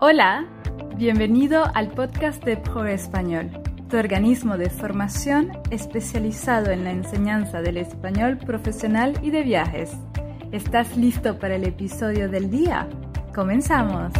Hola, bienvenido al podcast de ProEspañol, tu organismo de formación especializado en la enseñanza del español profesional y de viajes. ¿Estás listo para el episodio del día? ¡Comenzamos!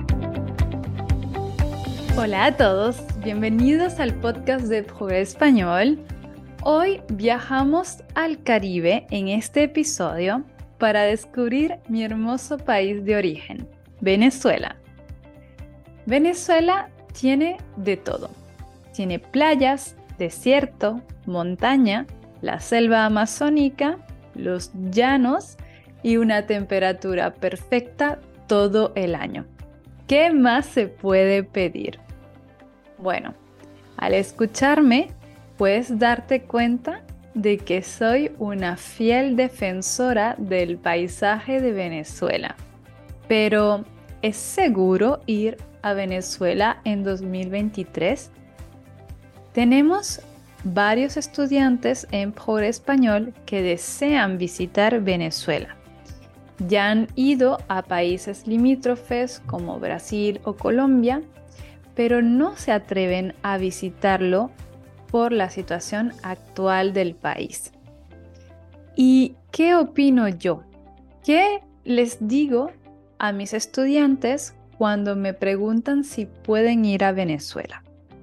Hola a todos, bienvenidos al podcast de ProEspañol. Hoy viajamos al Caribe en este episodio para descubrir mi hermoso país de origen, Venezuela. Venezuela tiene de todo. Tiene playas, desierto, montaña, la selva amazónica, los llanos y una temperatura perfecta todo el año. ¿Qué más se puede pedir? Bueno, al escucharme puedes darte cuenta de que soy una fiel defensora del paisaje de Venezuela. Pero, ¿es seguro ir a Venezuela en 2023? Tenemos varios estudiantes en ProEspañol que desean visitar Venezuela. Ya han ido a países limítrofes como Brasil o Colombia, pero no se atreven a visitarlo por la situación actual del país. ¿Y qué opino yo? ¿Qué les digo a mis estudiantes cuando me preguntan si pueden ir a Venezuela?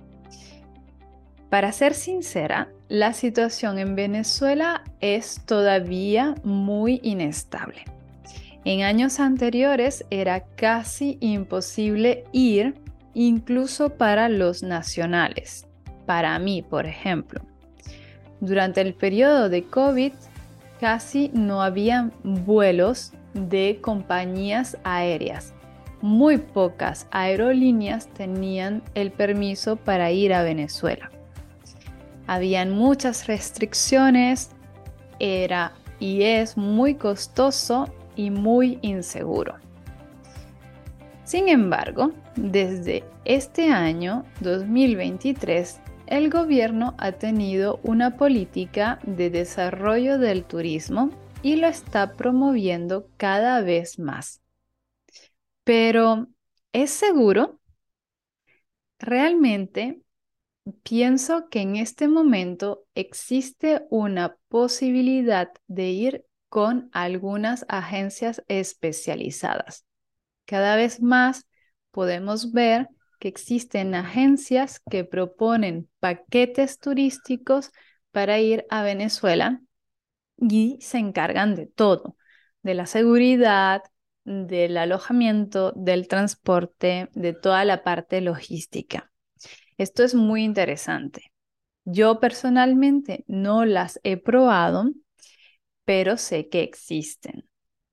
Para ser sincera, la situación en Venezuela es todavía muy inestable. En años anteriores era casi imposible ir, incluso para los nacionales. Para mí, por ejemplo. Durante el periodo de COVID, casi no había vuelos de compañías aéreas. Muy pocas aerolíneas tenían el permiso para ir a Venezuela. Habían muchas restricciones, era y es muy costoso y muy inseguro. Sin embargo, desde este año 2023, el gobierno ha tenido una política de desarrollo del turismo y lo está promoviendo cada vez más. Pero, ¿es seguro? Realmente pienso que en este momento existe una posibilidad de ir con algunas agencias especializadas. Cada vez más podemos ver que existen agencias que proponen paquetes turísticos para ir a Venezuela y se encargan de todo, de la seguridad, del alojamiento, del transporte, de toda la parte logística. Esto es muy interesante. Yo personalmente no las he probado, pero sé que existen.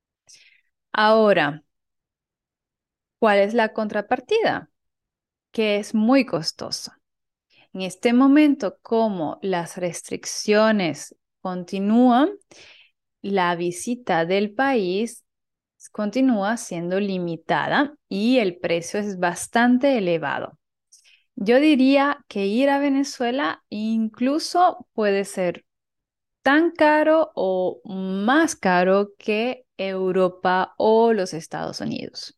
Ahora, ¿cuál es la contrapartida? Que es muy costoso. En este momento, como las restricciones continúan, la visita del país continúa siendo limitada y el precio es bastante elevado. Yo diría que ir a Venezuela incluso puede ser tan caro o más caro que Europa o los Estados Unidos.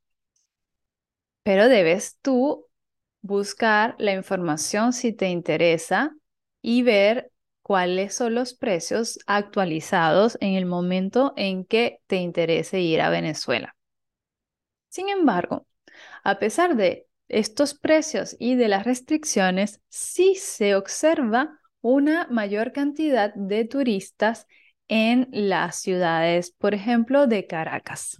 Pero debes tú buscar la información si te interesa y ver cuáles son los precios actualizados en el momento en que te interese ir a Venezuela. Sin embargo, a pesar de estos precios y de las restricciones, sí se observa una mayor cantidad de turistas en las ciudades, por ejemplo, de Caracas.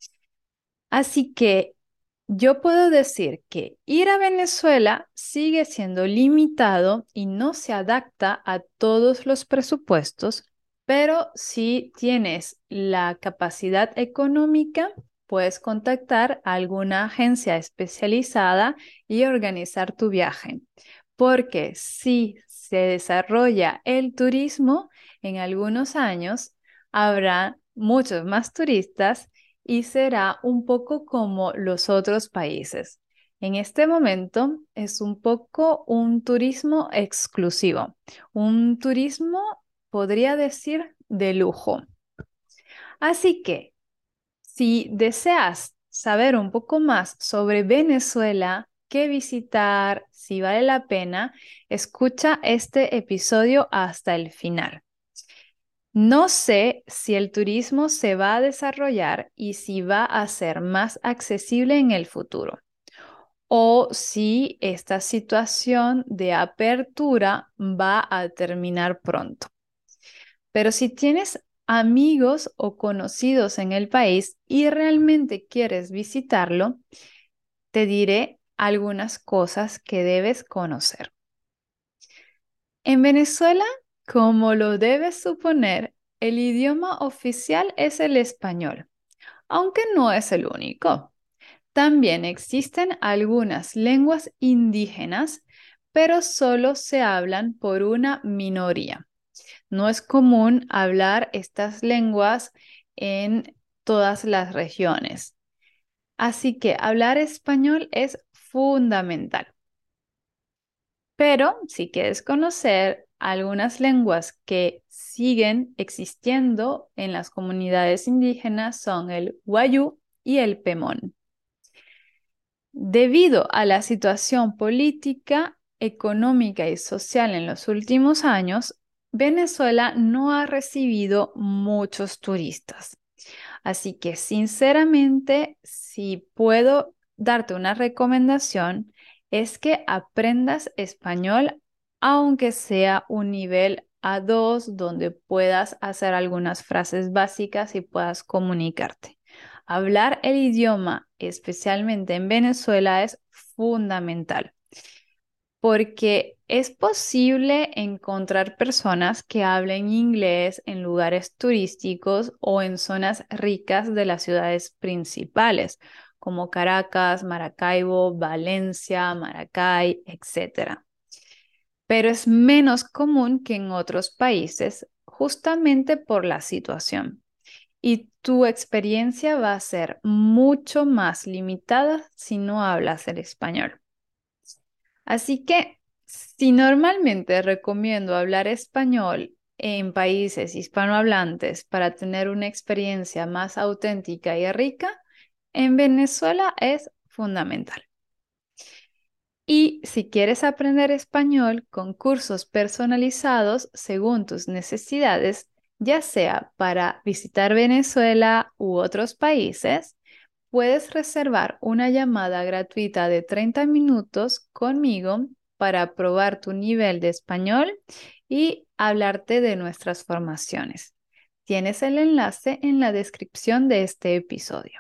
Así que yo puedo decir que ir a Venezuela sigue siendo limitado y no se adapta a todos los presupuestos, pero si tienes la capacidad económica, puedes contactar a alguna agencia especializada y organizar tu viaje. Porque si se desarrolla el turismo, en algunos años habrá muchos más turistas y será un poco como los otros países. En este momento es un poco un turismo exclusivo, un turismo, podría decir, de lujo. Así que, si deseas saber un poco más sobre Venezuela, qué visitar, si vale la pena, escucha este episodio hasta el final. No sé si el turismo se va a desarrollar y si va a ser más accesible en el futuro, o si esta situación de apertura va a terminar pronto. Pero si tienes amigos o conocidos en el país y realmente quieres visitarlo, te diré algunas cosas que debes conocer. En Venezuela, como lo debes suponer, el idioma oficial es el español, aunque no es el único. También existen algunas lenguas indígenas, pero solo se hablan por una minoría. No es común hablar estas lenguas en todas las regiones. Así que hablar español es fundamental. Pero si quieres conocer algunas lenguas que siguen existiendo en las comunidades indígenas son el wayú y el pemón. Debido a la situación política, económica y social en los últimos años, Venezuela no ha recibido muchos turistas. Así que sinceramente, si puedo darte una recomendación, es que aprendas español, aunque sea un nivel A2, donde puedas hacer algunas frases básicas y puedas comunicarte. Hablar el idioma, especialmente en Venezuela, es fundamental porque es posible encontrar personas que hablen inglés en lugares turísticos o en zonas ricas de las ciudades principales, como Caracas, Maracaibo, Valencia, Maracay, etc. Pero es menos común que en otros países, justamente por la situación. Y tu experiencia va a ser mucho más limitada si no hablas el español. Así que si normalmente recomiendo hablar español en países hispanohablantes para tener una experiencia más auténtica y rica, en Venezuela es fundamental. Y si quieres aprender español con cursos personalizados según tus necesidades, ya sea para visitar Venezuela u otros países, puedes reservar una llamada gratuita de 30 minutos conmigo para probar tu nivel de español y hablarte de nuestras formaciones. Tienes el enlace en la descripción de este episodio.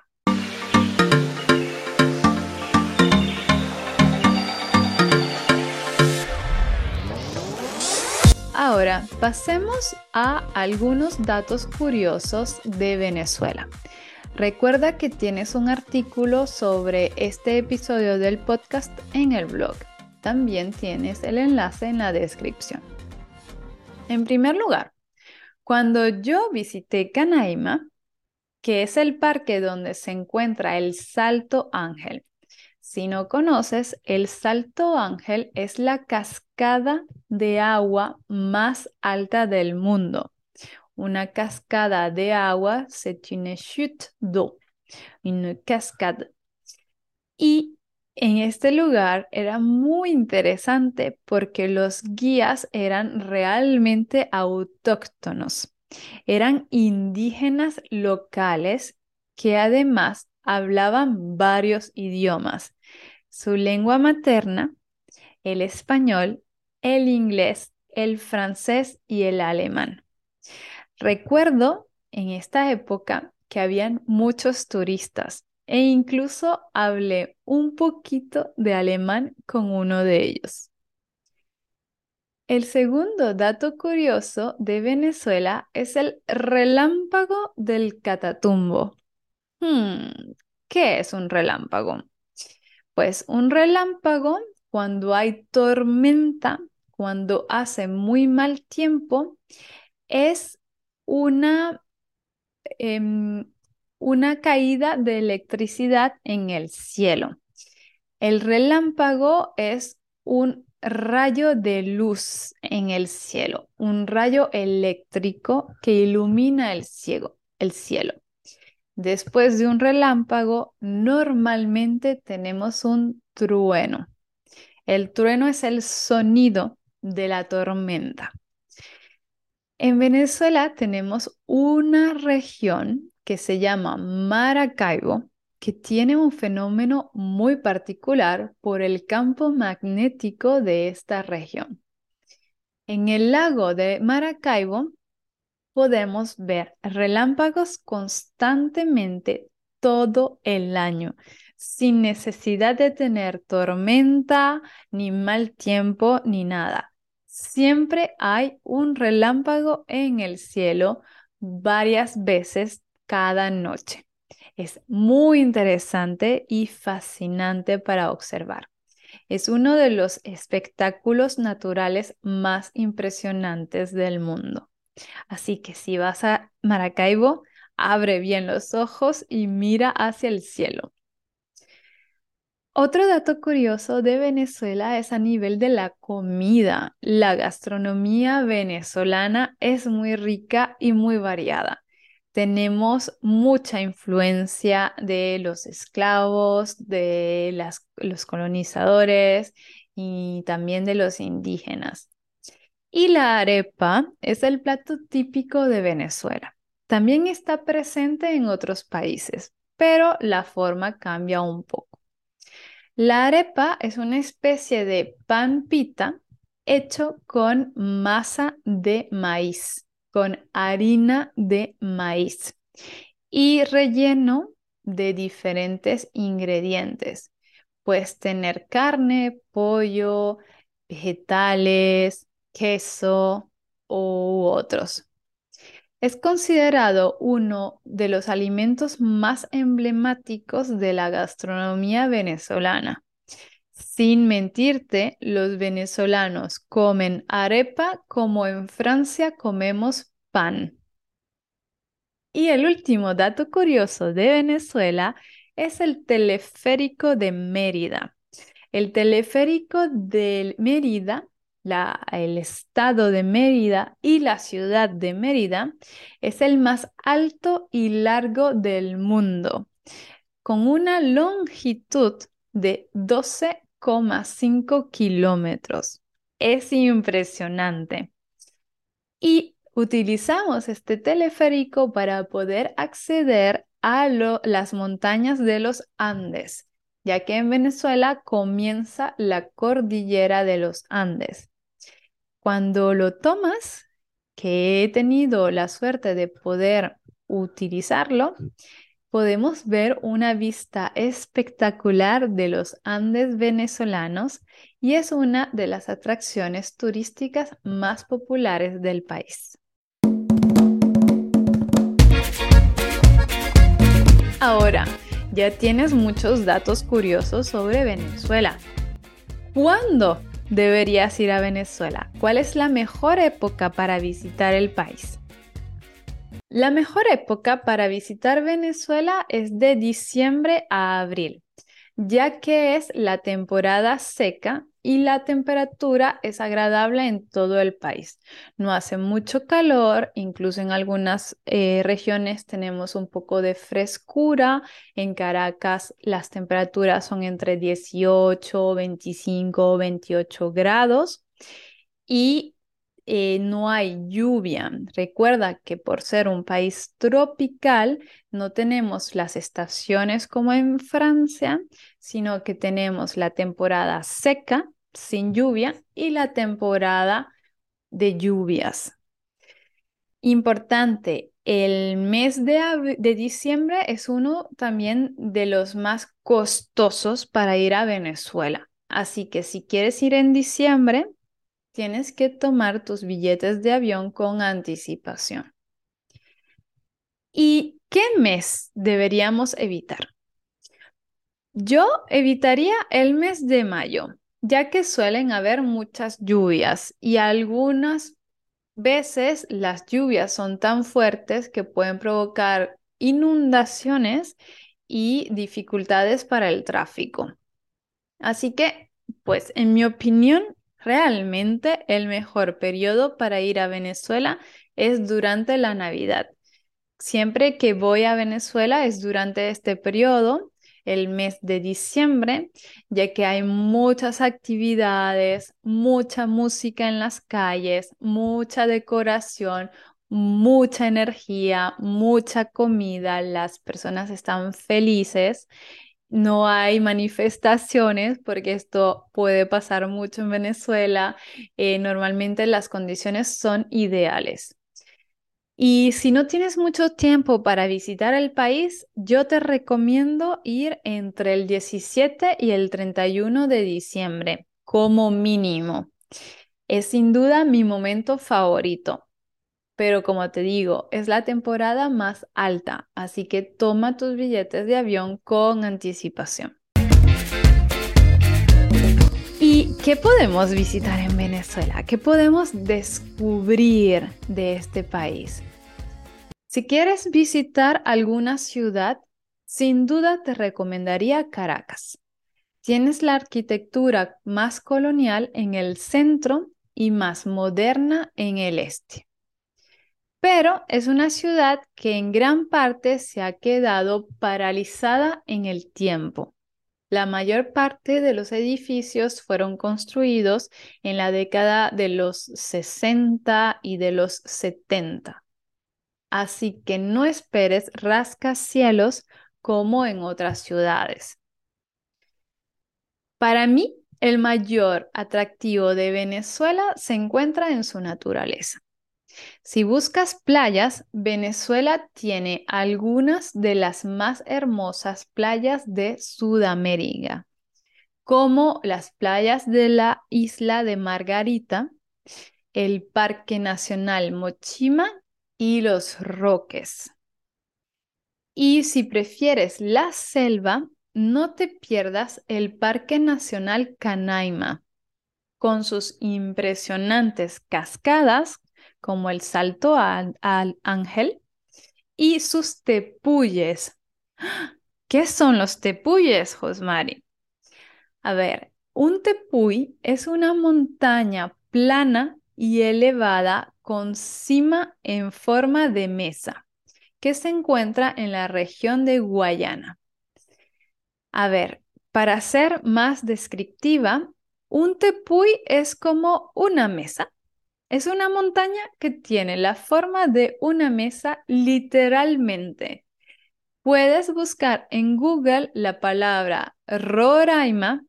Ahora, pasemos a algunos datos curiosos de Venezuela. Recuerda que tienes un artículo sobre este episodio del podcast en el blog. También tienes el enlace en la descripción. En primer lugar, cuando yo visité Canaima, que es el parque donde se encuentra el Salto Ángel. Si no conoces, el Salto Ángel es la cascada de agua más alta del mundo. Una cascada de agua, c'est une chute d'eau, une cascade. Y en este lugar era muy interesante porque los guías eran realmente autóctonos. Eran indígenas locales que además hablaban varios idiomas. Su lengua materna, el español, el inglés, el francés y el alemán. Recuerdo en esta época que habían muchos turistas e incluso hablé un poquito de alemán con uno de ellos. El segundo dato curioso de Venezuela es el relámpago del Catatumbo. ¿Qué es un relámpago? Pues un relámpago, cuando hay tormenta, cuando hace muy mal tiempo, es una, em, una caída de electricidad en el cielo. El relámpago es un rayo de luz en el cielo, un rayo eléctrico que ilumina el cielo. Después de un relámpago, normalmente tenemos un trueno. El trueno es el sonido de la tormenta. En Venezuela tenemos una región que se llama Maracaibo, que tiene un fenómeno muy particular por el campo magnético de esta región. En el lago de Maracaibo podemos ver relámpagos constantemente todo el año, sin necesidad de tener tormenta, ni mal tiempo, ni nada. Siempre hay un relámpago en el cielo varias veces cada noche. Es muy interesante y fascinante para observar. Es uno de los espectáculos naturales más impresionantes del mundo. Así que si vas a Maracaibo, abre bien los ojos y mira hacia el cielo. Otro dato curioso de Venezuela es a nivel de la comida. La gastronomía venezolana es muy rica y muy variada. Tenemos mucha influencia de los esclavos, de los colonizadores y también de los indígenas. Y la arepa es el plato típico de Venezuela. También está presente en otros países, pero la forma cambia un poco. La arepa es una especie de pan pita hecho con masa de maíz, con harina de maíz y relleno de diferentes ingredientes. Puedes tener carne, pollo, vegetales, queso u otros. Es considerado uno de los alimentos más emblemáticos de la gastronomía venezolana. Sin mentirte, los venezolanos comen arepa como en Francia comemos pan. Y el último dato curioso de Venezuela es el teleférico de Mérida. El teleférico de Mérida, el estado de Mérida y la ciudad de Mérida es el más alto y largo del mundo, con una longitud de 12,5 kilómetros. Es impresionante. Y utilizamos este teleférico para poder acceder a las montañas de los Andes, ya que en Venezuela comienza la cordillera de los Andes. Cuando lo tomas, que he tenido la suerte de poder utilizarlo, podemos ver una vista espectacular de los Andes venezolanos y es una de las atracciones turísticas más populares del país. Ahora, ya tienes muchos datos curiosos sobre Venezuela. ¿Cuándo deberías ir a Venezuela? ¿Cuál es la mejor época para visitar el país? La mejor época para visitar Venezuela es de diciembre a abril, ya que es la temporada seca y la temperatura es agradable en todo el país. No hace mucho calor, incluso en algunas regiones tenemos un poco de frescura. En Caracas las temperaturas son entre 18, 25, 28 grados y no hay lluvia. Recuerda que por ser un país tropical, no tenemos las estaciones como en Francia, sino que tenemos la temporada seca, sin lluvia, y la temporada de lluvias. Importante, el mes de diciembre es uno también de los más costosos para ir a Venezuela. Así que si quieres ir en diciembre, tienes que tomar tus billetes de avión con anticipación. ¿Y qué mes deberíamos evitar? Yo evitaría el mes de mayo, ya que suelen haber muchas lluvias y algunas veces las lluvias son tan fuertes que pueden provocar inundaciones y dificultades para el tráfico. Así que, pues, en mi opinión, realmente el mejor periodo para ir a Venezuela es durante la Navidad. Siempre que voy a Venezuela es durante este periodo, el mes de diciembre, ya que hay muchas actividades, mucha música en las calles, mucha decoración, mucha energía, mucha comida, las personas están felices. No hay manifestaciones porque esto puede pasar mucho en Venezuela. Normalmente las condiciones son ideales. Y si no tienes mucho tiempo para visitar el país, yo te recomiendo ir entre el 17 y el 31 de diciembre, como mínimo. Es sin duda mi momento favorito, pero como te digo, es la temporada más alta, así que toma tus billetes de avión con anticipación. ¿Y qué podemos visitar en Venezuela? ¿Qué podemos descubrir de este país? Si quieres visitar alguna ciudad, sin duda te recomendaría Caracas. Tienes la arquitectura más colonial en el centro y más moderna en el este. Pero es una ciudad que en gran parte se ha quedado paralizada en el tiempo. La mayor parte de los edificios fueron construidos en la década de los 60 y de los 70. Así que no esperes rascacielos como en otras ciudades. Para mí, el mayor atractivo de Venezuela se encuentra en su naturaleza. Si buscas playas, Venezuela tiene algunas de las más hermosas playas de Sudamérica, como las playas de la isla de Margarita, el Parque Nacional Mochima y Los Roques. Y si prefieres la selva, no te pierdas el Parque Nacional Canaima, con sus impresionantes cascadas, como el Salto al Ángel, y sus tepuyes. ¿Qué son los tepuyes, Josmari? A ver, un tepuy es una montaña plana y elevada con cima en forma de mesa que se encuentra en la región de Guayana. A ver, para ser más descriptiva, un tepuy es como una mesa. Es una montaña que tiene la forma de una mesa literalmente. Puedes buscar en Google la palabra Roraima,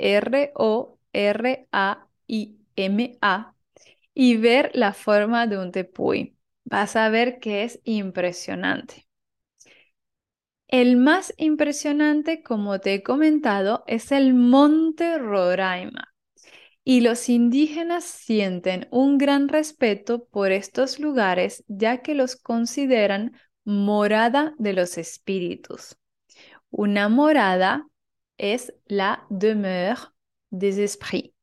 Roraima, y ver la forma de un tepuy. Vas a ver que es impresionante. El más impresionante, como te he comentado, es el Monte Roraima. Y los indígenas sienten un gran respeto por estos lugares, ya que los consideran morada de los espíritus. Una morada es la demeure des esprits.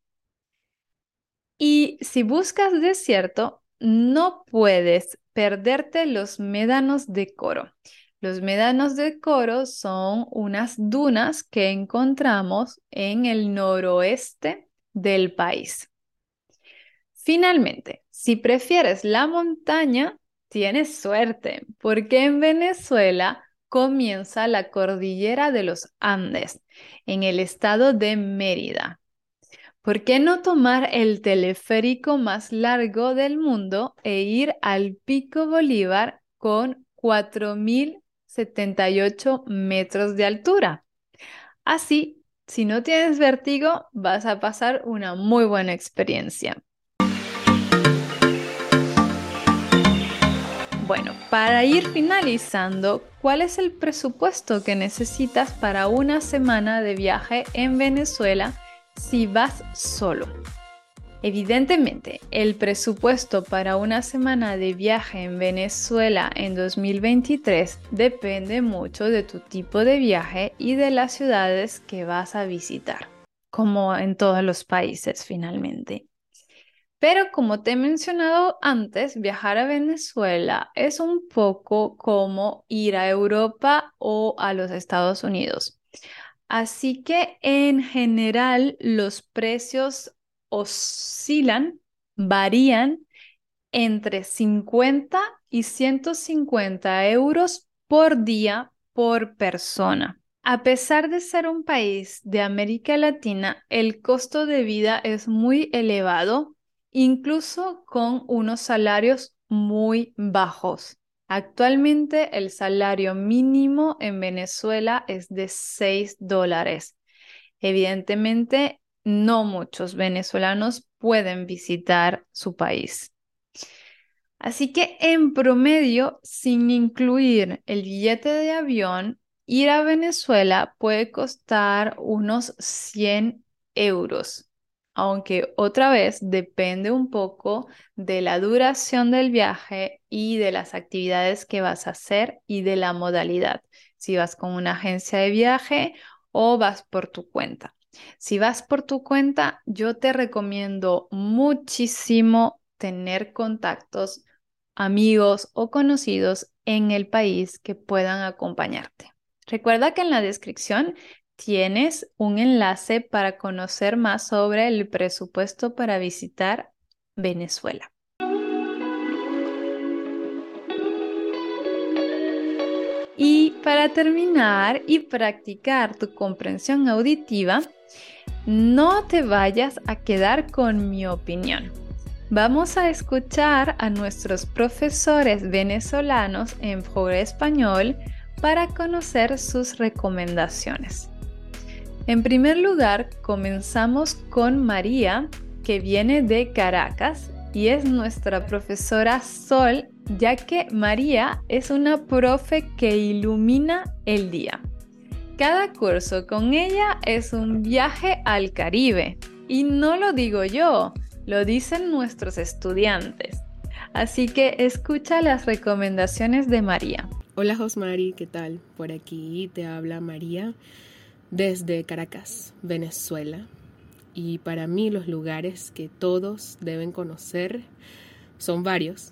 Y si buscas desierto, no puedes perderte los médanos de Coro. Los médanos de Coro son unas dunas que encontramos en el noroeste del país. Finalmente, si prefieres la montaña, tienes suerte, porque en Venezuela comienza la cordillera de los Andes, en el estado de Mérida. ¿Por qué no tomar el teleférico más largo del mundo e ir al Pico Bolívar con 4.078 metros de altura? Así, si no tienes vértigo, vas a pasar una muy buena experiencia. Bueno, para ir finalizando, ¿cuál es el presupuesto que necesitas para una semana de viaje en Venezuela si vas solo? Evidentemente, el presupuesto para una semana de viaje en Venezuela en 2023 depende mucho de tu tipo de viaje y de las ciudades que vas a visitar, como en todos los países finalmente. Pero como te he mencionado antes, viajar a Venezuela es un poco como ir a Europa o a los Estados Unidos. Así que en general los precios oscilan, varían entre 50 y 150 euros por día por persona. A pesar de ser un país de América Latina, el costo de vida es muy elevado, incluso con unos salarios muy bajos. Actualmente el salario mínimo en Venezuela es de $6. Evidentemente, no muchos venezolanos pueden visitar su país. Así que en promedio, sin incluir el billete de avión, ir a Venezuela puede costar unos 100 euros, aunque otra vez depende un poco de la duración del viaje y de las actividades que vas a hacer y de la modalidad, si vas con una agencia de viaje o vas por tu cuenta. Si vas por tu cuenta, yo te recomiendo muchísimo tener contactos, amigos o conocidos en el país que puedan acompañarte. Recuerda que en la descripción tienes un enlace para conocer más sobre el presupuesto para visitar Venezuela. Y para terminar y practicar tu comprensión auditiva, no te vayas a quedar con mi opinión. Vamos a escuchar a nuestros profesores venezolanos en Progre Español para conocer sus recomendaciones. En primer lugar, comenzamos con María, que viene de Caracas y es nuestra profesora Sol, ya que María es una profe que ilumina el día. Cada curso con ella es un viaje al Caribe. Y no lo digo yo, lo dicen nuestros estudiantes. Así que escucha las recomendaciones de María. Hola Josmari, ¿qué tal? Por aquí te habla María desde Caracas, Venezuela. Y para mí los lugares que todos deben conocer son varios.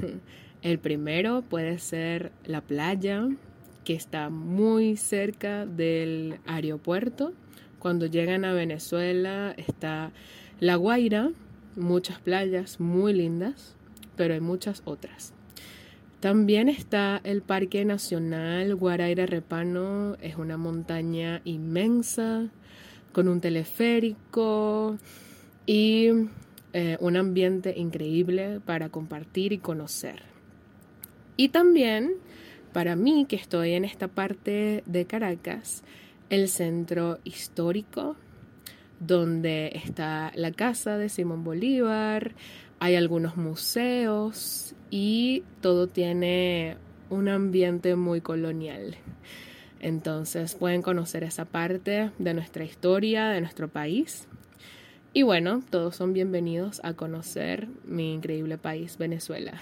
El primero puede ser la playa, que está muy cerca del aeropuerto. Cuando llegan a Venezuela está La Guaira, muchas playas muy lindas, pero hay muchas otras. También está el Parque Nacional Guaraíra Repano, es una montaña inmensa con un teleférico y un ambiente increíble para compartir y conocer. Y también, para mí, que estoy en esta parte de Caracas, el centro histórico, donde está la casa de Simón Bolívar, hay algunos museos y todo tiene un ambiente muy colonial. Entonces pueden conocer esa parte de nuestra historia, de nuestro país. Y bueno, todos son bienvenidos a conocer mi increíble país, Venezuela.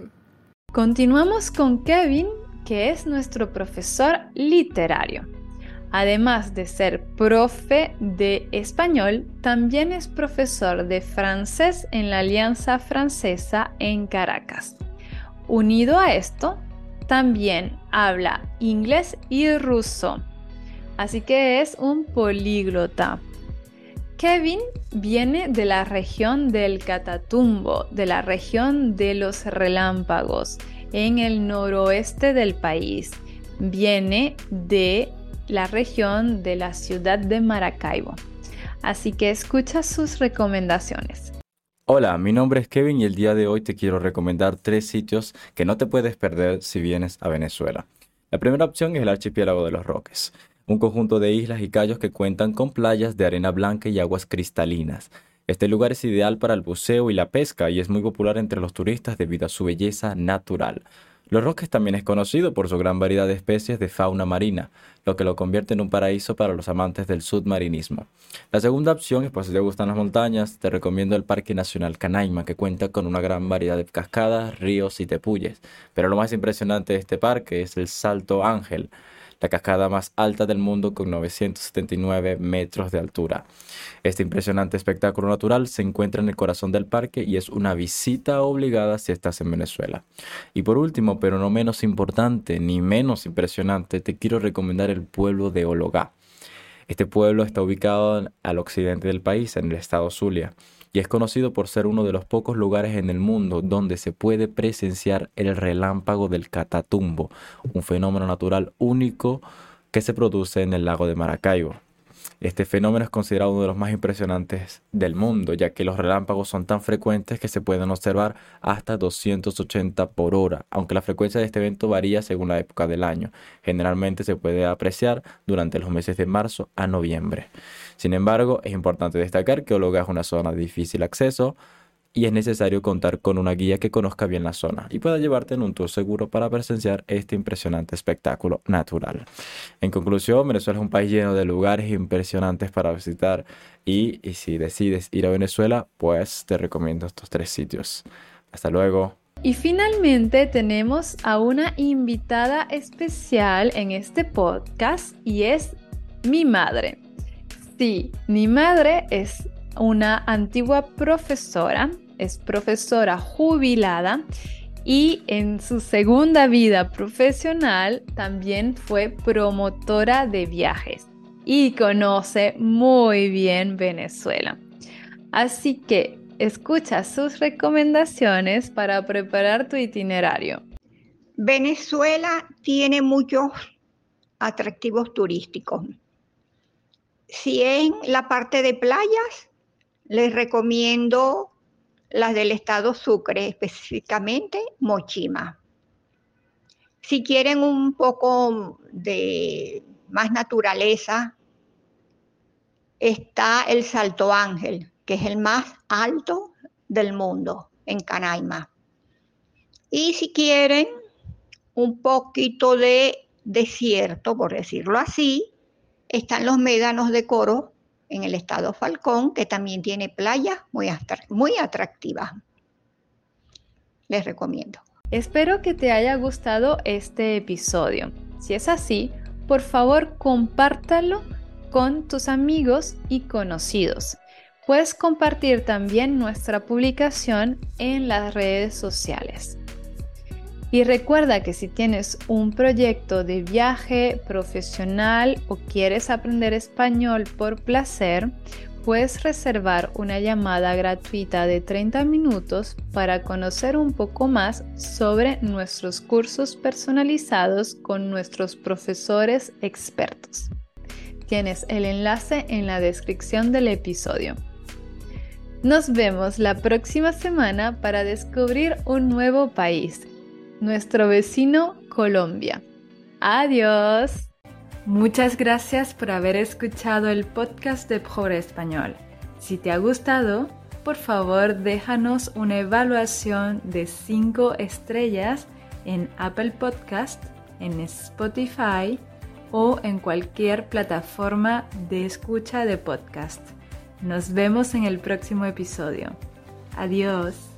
Continuamos con Kevin, que es nuestro profesor literario. Además de ser profe de español, también es profesor de francés en la Alianza Francesa en Caracas. Unido a esto, también habla inglés y ruso, así que es un políglota. Kevin viene de la región del Catatumbo, de la región de los relámpagos, en el noroeste del país. Viene de la región de la ciudad de Maracaibo. Así que escucha sus recomendaciones. Hola, mi nombre es Kevin y el día de hoy te quiero recomendar 3 sitios que no te puedes perder si vienes a Venezuela. La primera opción es el Archipiélago de los Roques, un conjunto de islas y cayos que cuentan con playas de arena blanca y aguas cristalinas. Este lugar es ideal para el buceo y la pesca y es muy popular entre los turistas debido a su belleza natural. Los Roques también es conocido por su gran variedad de especies de fauna marina, lo que lo convierte en un paraíso para los amantes del submarinismo. La segunda opción es, pues si te gustan las montañas, te recomiendo el Parque Nacional Canaima, que cuenta con una gran variedad de cascadas, ríos y tepuyes. Pero lo más impresionante de este parque es el Salto Ángel, la cascada más alta del mundo con 979 metros de altura. Este impresionante espectáculo natural se encuentra en el corazón del parque y es una visita obligada si estás en Venezuela. Y por último, pero no menos importante ni menos impresionante, te quiero recomendar el pueblo de Ologá. Este pueblo está ubicado al occidente del país, en el estado Zulia, y es conocido por ser uno de los pocos lugares en el mundo donde se puede presenciar el relámpago del Catatumbo, un fenómeno natural único que se produce en el lago de Maracaibo. Este fenómeno es considerado uno de los más impresionantes del mundo, ya que los relámpagos son tan frecuentes que se pueden observar hasta 280 por hora, aunque la frecuencia de este evento varía según la época del año. Generalmente se puede apreciar durante los meses de marzo a noviembre. Sin embargo, es importante destacar que Ologa es una zona de difícil acceso, y es necesario contar con una guía que conozca bien la zona y pueda llevarte en un tour seguro para presenciar este impresionante espectáculo natural. En conclusión, Venezuela es un país lleno de lugares impresionantes para visitar y si decides ir a Venezuela, pues te recomiendo estos 3 sitios. Hasta luego. Y finalmente tenemos a una invitada especial en este podcast y es mi madre. Sí, mi madre es una antigua profesora, es profesora jubilada y en su segunda vida profesional también fue promotora de viajes y conoce muy bien Venezuela. Así que escucha sus recomendaciones para preparar tu itinerario. Venezuela tiene muchos atractivos turísticos. Si en la parte de playas, les recomiendo las del estado Sucre, específicamente Mochima. Si quieren un poco de más naturaleza, está el Salto Ángel, que es el más alto del mundo, en Canaima. Y si quieren un poquito de desierto, por decirlo así, están los médanos de Coro, en el estado Falcón, que también tiene playas muy atractivas. Les recomiendo. Espero que te haya gustado este episodio. Si es así, por favor compártalo con tus amigos y conocidos. Puedes compartir también nuestra publicación en las redes sociales. Y recuerda que si tienes un proyecto de viaje profesional o quieres aprender español por placer, puedes reservar una llamada gratuita de 30 minutos para conocer un poco más sobre nuestros cursos personalizados con nuestros profesores expertos. Tienes el enlace en la descripción del episodio. Nos vemos la próxima semana para descubrir un nuevo país. Nuestro vecino Colombia. ¡Adiós! Muchas gracias por haber escuchado el podcast de Pobre Español. Si te ha gustado, por favor déjanos una evaluación de 5 estrellas en Apple Podcast, en Spotify o en cualquier plataforma de escucha de podcast. Nos vemos en el próximo episodio. Adiós.